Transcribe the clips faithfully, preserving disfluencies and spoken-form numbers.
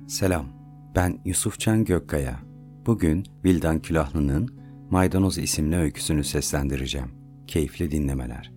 Selam, ben Yusufcan Gökkaya. Bugün Vildan Külahlı'nın Maydanoz isimli öyküsünü seslendireceğim. Keyifli dinlemeler.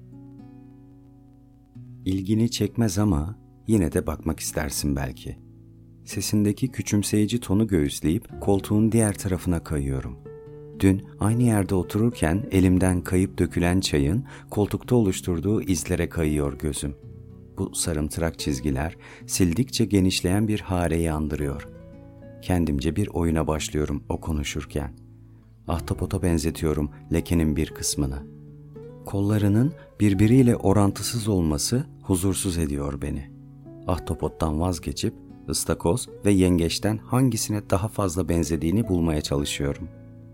İlgini çekmez ama yine de bakmak istersin belki. Sesindeki küçümseyici tonu göğüsleyip koltuğun diğer tarafına kayıyorum. Dün aynı yerde otururken elimden kayıp dökülen çayın koltukta oluşturduğu izlere kayıyor gözüm. Bu sarımtırak çizgiler sildikçe genişleyen bir hareyi andırıyor. Kendimce bir oyuna başlıyorum o konuşurken. Ahtapota benzetiyorum lekenin bir kısmını. Kollarının birbiriyle orantısız olması huzursuz ediyor beni. Ahtapottan vazgeçip ıstakoz ve yengeçten hangisine daha fazla benzediğini bulmaya çalışıyorum.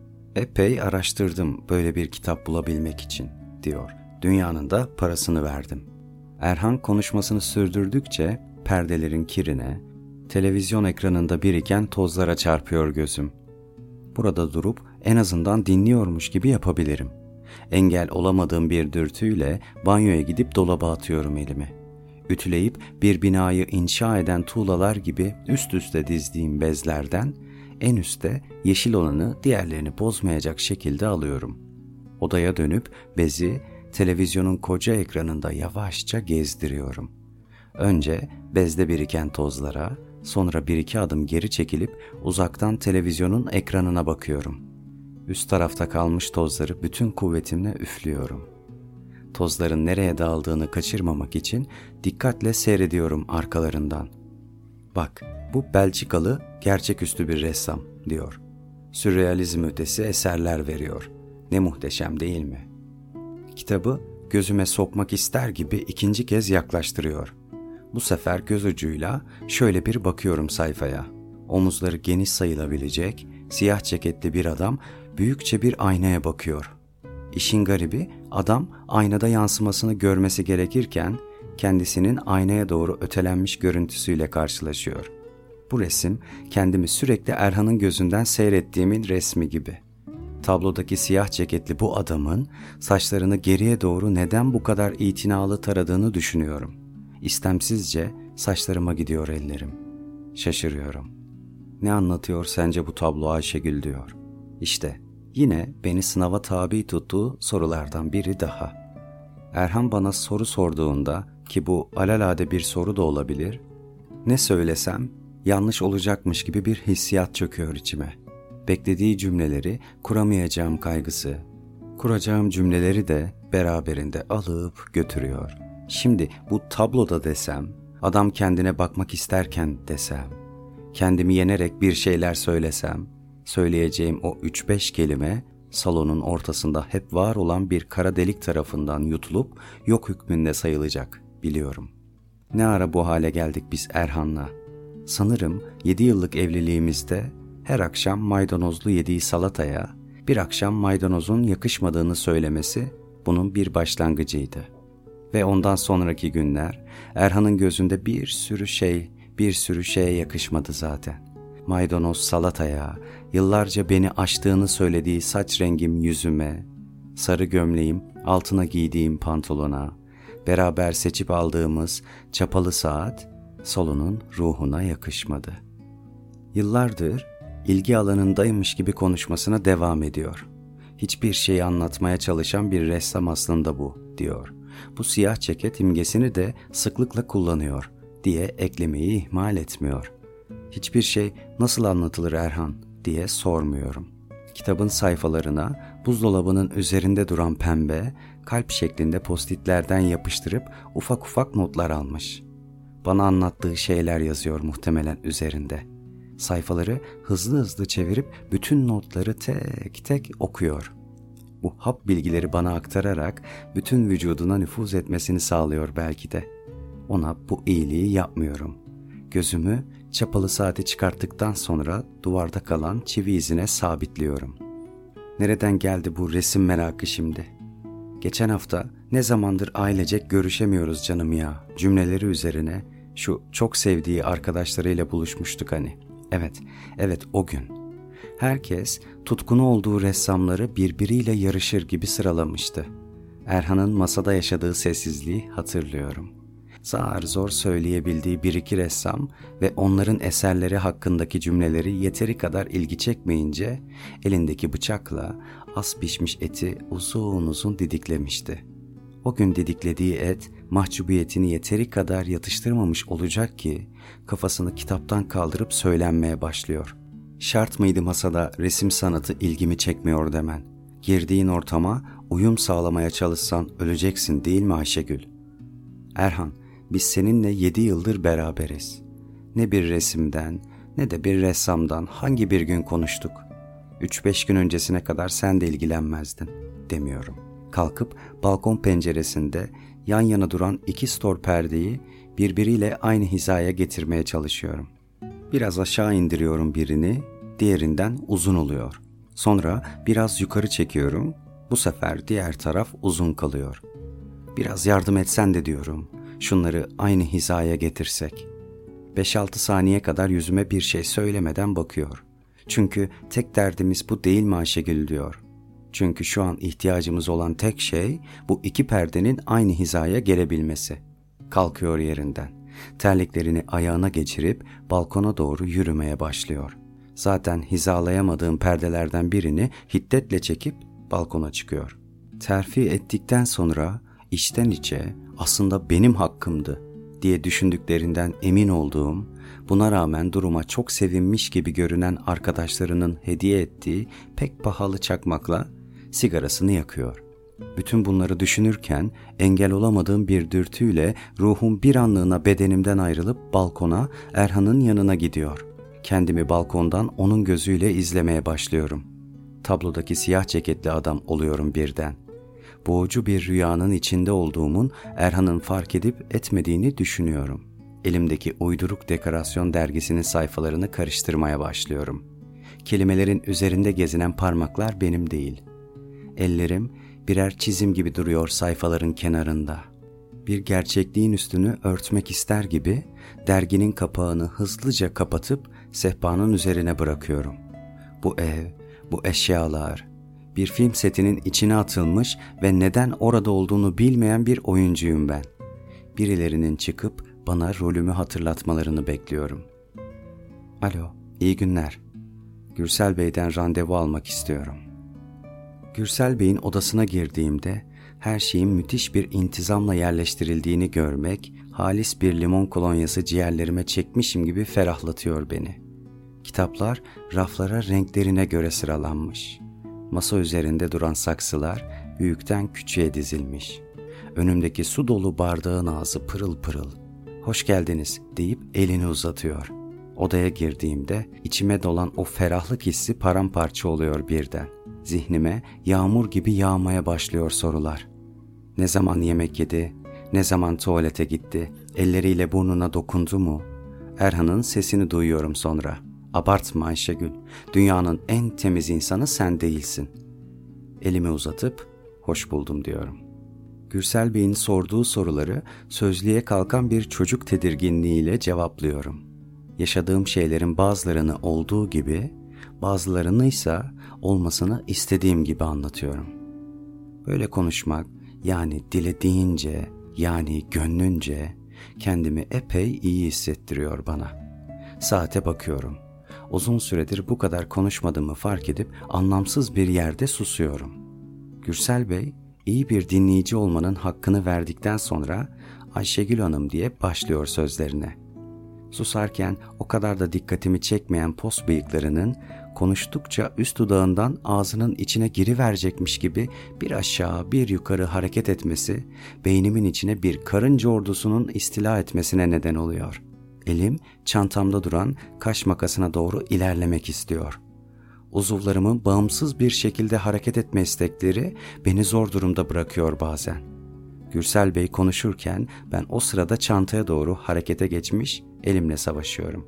Epey araştırdım böyle bir kitap bulabilmek için, diyor. Dünyanın da parasını verdim. Erhan konuşmasını sürdürdükçe perdelerin kirine, televizyon ekranında biriken tozlara çarpıyor gözüm. Burada durup en azından dinliyormuş gibi yapabilirim. Engel olamadığım bir dürtüyle banyoya gidip dolaba atıyorum elimi. Ütüleyip bir binayı inşa eden tuğlalar gibi üst üste dizdiğim bezlerden en üste yeşil olanı diğerlerini bozmayacak şekilde alıyorum. Odaya dönüp bezi televizyonun koca ekranında yavaşça gezdiriyorum. Önce bezde biriken tozlara, sonra bir iki adım geri çekilip uzaktan televizyonun ekranına bakıyorum. Üst tarafta kalmış tozları bütün kuvvetimle üflüyorum. Tozların nereye dağıldığını kaçırmamak için dikkatle seyrediyorum arkalarından. Bak, bu Belçikalı gerçeküstü bir ressam, diyor. Sürrealizm ötesi eserler veriyor. Ne muhteşem değil mi? Kitabı gözüme sokmak ister gibi ikinci kez yaklaştırıyor. Bu sefer göz ucuyla şöyle bir bakıyorum sayfaya. Omuzları geniş sayılabilecek, siyah ceketli bir adam büyükçe bir aynaya bakıyor. İşin garibi, adam aynada yansımasını görmesi gerekirken kendisinin aynaya doğru ötelenmiş görüntüsüyle karşılaşıyor. Bu resim kendimi sürekli Erhan'ın gözünden seyrettiğimin resmi gibi. Tablodaki siyah ceketli bu adamın saçlarını geriye doğru neden bu kadar itinalı taradığını düşünüyorum. İstemsizce saçlarıma gidiyor ellerim. Şaşırıyorum. Ne anlatıyor sence bu tablo Ayşegül, diyor. İşte yine beni sınava tabi tuttuğu sorulardan biri daha. Erhan bana soru sorduğunda, ki bu alelade bir soru da olabilir, ne söylesem yanlış olacakmış gibi bir hissiyat çöküyor içime. Beklediği cümleleri kuramayacağım kaygısı, kuracağım cümleleri de beraberinde alıp götürüyor. Şimdi bu tabloda desem, adam kendine bakmak isterken desem, kendimi yenerek bir şeyler söylesem, söyleyeceğim o üç beş kelime salonun ortasında hep var olan bir kara delik tarafından yutulup yok hükmünde sayılacak, biliyorum. Ne ara bu hale geldik biz Erhan'la? Sanırım yedi yıllık evliliğimizde her akşam maydanozlu yediği salataya bir akşam maydanozun yakışmadığını söylemesi bunun bir başlangıcıydı. Ve ondan sonraki günler Erhan'ın gözünde bir sürü şey, bir sürü şeye yakışmadı zaten. Maydanoz salataya, yıllarca beni aştığını söylediği saç rengim yüzüme, sarı gömleğim altına giydiğim pantolona, beraber seçip aldığımız çapalı saat salonun ruhuna yakışmadı. Yıllardır ilgi alanındaymış gibi konuşmasına devam ediyor. Hiçbir şeyi anlatmaya çalışan bir ressam aslında bu, diyor. Bu siyah ceket imgesini de sıklıkla kullanıyor diye eklemeyi ihmal etmiyor. Hiçbir şey nasıl anlatılır Erhan diye sormuyorum. Kitabın sayfalarına buzdolabının üzerinde duran pembe, kalp şeklinde postitlerden yapıştırıp ufak ufak notlar almış. Bana anlattığı şeyler yazıyor muhtemelen üzerinde. Sayfaları hızlı hızlı çevirip bütün notları tek tek okuyor. Bu hap bilgileri bana aktararak bütün vücuduna nüfuz etmesini sağlıyor belki de. Ona bu iyiliği yapmıyorum. Gözümü çapalı saati çıkarttıktan sonra duvarda kalan çivi izine sabitliyorum. Nereden geldi bu resim merakı şimdi? Geçen hafta ne zamandır ailecek görüşemiyoruz canım ya cümleleri üzerine şu çok sevdiği arkadaşlarıyla buluşmuştuk hani. Evet, evet o gün. Herkes tutkunu olduğu ressamları birbiriyle yarışır gibi sıralamıştı. Erhan'ın masada yaşadığı sessizliği hatırlıyorum. Zar zor söyleyebildiği bir iki ressam ve onların eserleri hakkındaki cümleleri yeteri kadar ilgi çekmeyince elindeki bıçakla az pişmiş eti uzun uzun didiklemişti. O gün didiklediği et mahcubiyetini yeteri kadar yatıştırmamış olacak ki kafasını kitaptan kaldırıp söylenmeye başlıyor. Şart mıydı masada resim sanatı ilgimi çekmiyor demen? Girdiğin ortama uyum sağlamaya çalışsan öleceksin değil mi Ayşegül? Erhan, biz seninle yedi yıldır beraberiz. Ne bir resimden ne de bir ressamdan hangi bir gün konuştuk? Üç beş gün öncesine kadar sen de ilgilenmezdin demiyorum. Kalkıp balkon penceresinde yan yana duran iki stor perdeyi birbiriyle aynı hizaya getirmeye çalışıyorum. Biraz aşağı indiriyorum birini, diğerinden uzun oluyor. Sonra biraz yukarı çekiyorum, bu sefer diğer taraf uzun kalıyor. Biraz yardım etsen de diyorum, şunları aynı hizaya getirsek. beş altı saniye kadar yüzüme bir şey söylemeden bakıyor. Çünkü tek derdimiz bu değil mi Ayşegül diyor. Çünkü şu an ihtiyacımız olan tek şey bu iki perdenin aynı hizaya gelebilmesi. Kalkıyor yerinden. Terliklerini ayağına geçirip balkona doğru yürümeye başlıyor. Zaten hizalayamadığım perdelerden birini hiddetle çekip balkona çıkıyor. Terfi ettikten sonra içten içe aslında benim hakkımdı diye düşündüklerinden emin olduğum, buna rağmen duruma çok sevinmiş gibi görünen arkadaşlarının hediye ettiği pek pahalı çakmakla sigarasını yakıyor. Bütün bunları düşünürken engel olamadığım bir dürtüyle ruhum bir anlığına bedenimden ayrılıp balkona, Erhan'ın yanına gidiyor. Kendimi balkondan onun gözüyle izlemeye başlıyorum. Tablodaki siyah ceketli adam oluyorum birden. Boğucu bir rüyanın içinde olduğumun Erhan'ın fark edip etmediğini düşünüyorum. Elimdeki uyduruk dekorasyon dergisinin sayfalarını karıştırmaya başlıyorum. Kelimelerin üzerinde gezinen parmaklar benim değil. Ellerim birer çizim gibi duruyor sayfaların kenarında. Bir gerçekliğin üstünü örtmek ister gibi derginin kapağını hızlıca kapatıp sehpanın üzerine bırakıyorum. Bu ev, bu eşyalar, bir film setinin içine atılmış ve neden orada olduğunu bilmeyen bir oyuncuyum ben. Birilerinin çıkıp bana rolümü hatırlatmalarını bekliyorum. Alo, iyi günler. Gürsel Bey'den randevu almak istiyorum. Gürsel Bey'in odasına girdiğimde her şeyin müthiş bir intizamla yerleştirildiğini görmek, halis bir limon kolonyası ciğerlerime çekmişim gibi ferahlatıyor beni. Kitaplar raflara renklerine göre sıralanmış. Masa üzerinde duran saksılar büyükten küçüğe dizilmiş. Önümdeki su dolu bardağın ağzı pırıl pırıl. Hoş geldiniz deyip elini uzatıyor. Odaya girdiğimde içime dolan o ferahlık hissi paramparça oluyor birden. Zihnime yağmur gibi yağmaya başlıyor sorular. Ne zaman yemek yedi? Ne zaman tuvalete gitti? Elleriyle burnuna dokundu mu? Erhan'ın sesini duyuyorum sonra. Abartma Ayşegül, dünyanın en temiz insanı sen değilsin. Elimi uzatıp hoş buldum diyorum. Gürsel Bey'in sorduğu soruları sözlüğe kalkan bir çocuk tedirginliğiyle cevaplıyorum. Yaşadığım şeylerin bazılarını olduğu gibi, bazılarını ise olmasını istediğim gibi anlatıyorum. Böyle konuşmak, yani dilediğince, yani gönlünce kendimi epey iyi hissettiriyor bana. Saate bakıyorum. Uzun süredir bu kadar konuşmadığımı fark edip anlamsız bir yerde susuyorum. Gürsel Bey iyi bir dinleyici olmanın hakkını verdikten sonra Ayşegül Hanım diye başlıyor sözlerine. Susarken o kadar da dikkatimi çekmeyen pos bıyıklarının konuştukça üst dudağından ağzının içine giriverecekmiş gibi bir aşağı bir yukarı hareket etmesi beynimin içine bir karınca ordusunun istila etmesine neden oluyor. Elim çantamda duran kaş makasına doğru ilerlemek istiyor. Uzuvlarımın bağımsız bir şekilde hareket etme istekleri beni zor durumda bırakıyor bazen. Gürsel Bey konuşurken ben o sırada çantaya doğru harekete geçmiş, elimle savaşıyorum.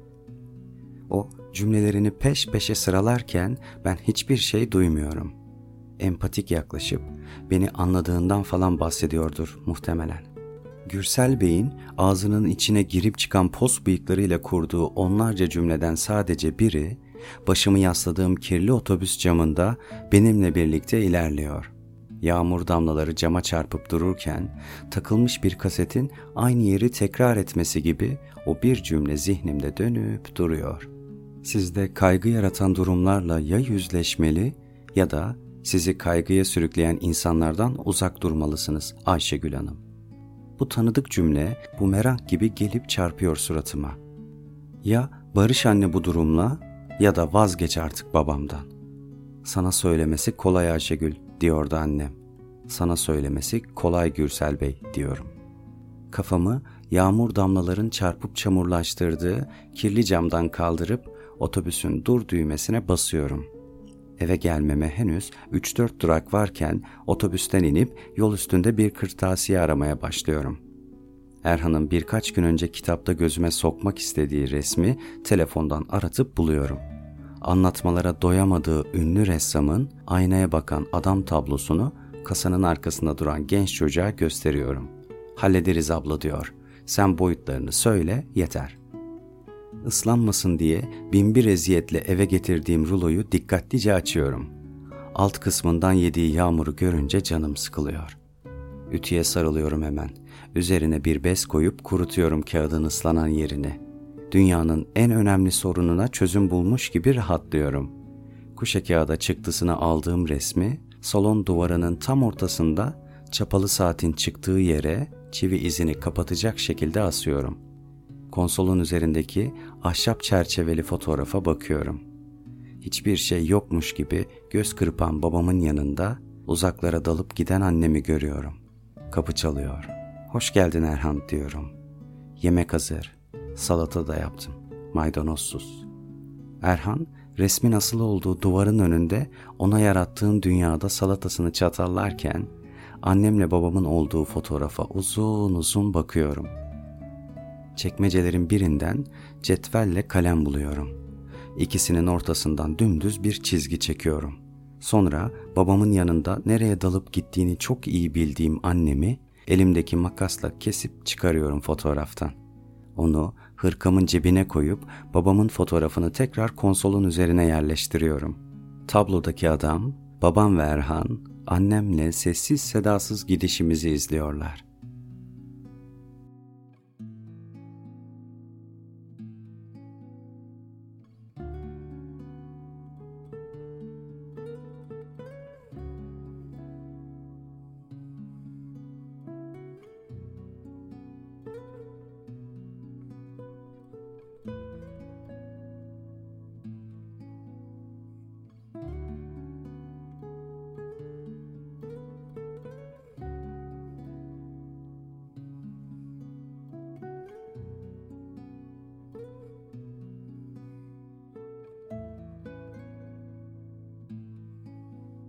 O cümlelerini peş peşe sıralarken ben hiçbir şey duymuyorum. Empatik yaklaşıp beni anladığından falan bahsediyordur muhtemelen. Gürsel Bey'in ağzının içine girip çıkan pos bıyıklarıyla kurduğu onlarca cümleden sadece biri, başımı yasladığım kirli otobüs camında benimle birlikte ilerliyor. Yağmur damlaları cama çarpıp dururken takılmış bir kasetin aynı yeri tekrar etmesi gibi o bir cümle zihnimde dönüp duruyor. Siz de kaygı yaratan durumlarla ya yüzleşmeli ya da sizi kaygıya sürükleyen insanlardan uzak durmalısınız Ayşegül Hanım. Bu tanıdık cümle bumerang gibi gelip çarpıyor suratıma. Ya barış anne bu durumla ya da vazgeç artık babamdan. Sana söylemesi kolay Ayşegül diyordu annem. Sana söylemesi kolay Gürsel Bey diyorum. Kafamı yağmur damlaların çarpıp çamurlaştırdığı kirli camdan kaldırıp otobüsün dur düğmesine basıyorum. Eve gelmeme henüz üç dört durak varken otobüsten inip yol üstünde bir kırtasiye aramaya başlıyorum. Erhan'ın birkaç gün önce kitapta gözüme sokmak istediği resmi telefondan aratıp buluyorum. Anlatmalara doyamadığı ünlü ressamın aynaya bakan adam tablosunu kasanın arkasında duran genç çocuğa gösteriyorum. Hallederiz abla diyor. Sen boyutlarını söyle yeter. Islanmasın diye binbir eziyetle eve getirdiğim ruloyu dikkatlice açıyorum. Alt kısmından yediği yağmuru görünce canım sıkılıyor. Ütüye sarılıyorum hemen. Üzerine bir bez koyup kurutuyorum kağıdın ıslanan yerini. Dünyanın en önemli sorununa çözüm bulmuş gibi rahatlıyorum. Kuşa kağıda çıktısını aldığım resmi salon duvarının tam ortasında çapalı saatin çıktığı yere çivi izini kapatacak şekilde asıyorum. Konsolun üzerindeki ahşap çerçeveli fotoğrafa bakıyorum. Hiçbir şey yokmuş gibi göz kırpan babamın yanında uzaklara dalıp giden annemi görüyorum. Kapı çalıyor. Hoş geldin Erhan diyorum. Yemek hazır. Salata da yaptım. Maydanozsuz. Erhan resmin asılı olduğu duvarın önünde ona yarattığım dünyada salatasını çatallarken annemle babamın olduğu fotoğrafa uzun uzun bakıyorum. Çekmecelerin birinden cetvelle kalem buluyorum. İkisinin ortasından dümdüz bir çizgi çekiyorum. Sonra babamın yanında nereye dalıp gittiğini çok iyi bildiğim annemi elimdeki makasla kesip çıkarıyorum fotoğraftan. Onu hırkamın cebine koyup babamın fotoğrafını tekrar konsolun üzerine yerleştiriyorum. Tablodaki adam, babam ve Erhan, annemle sessiz sedasız gidişimizi izliyorlar.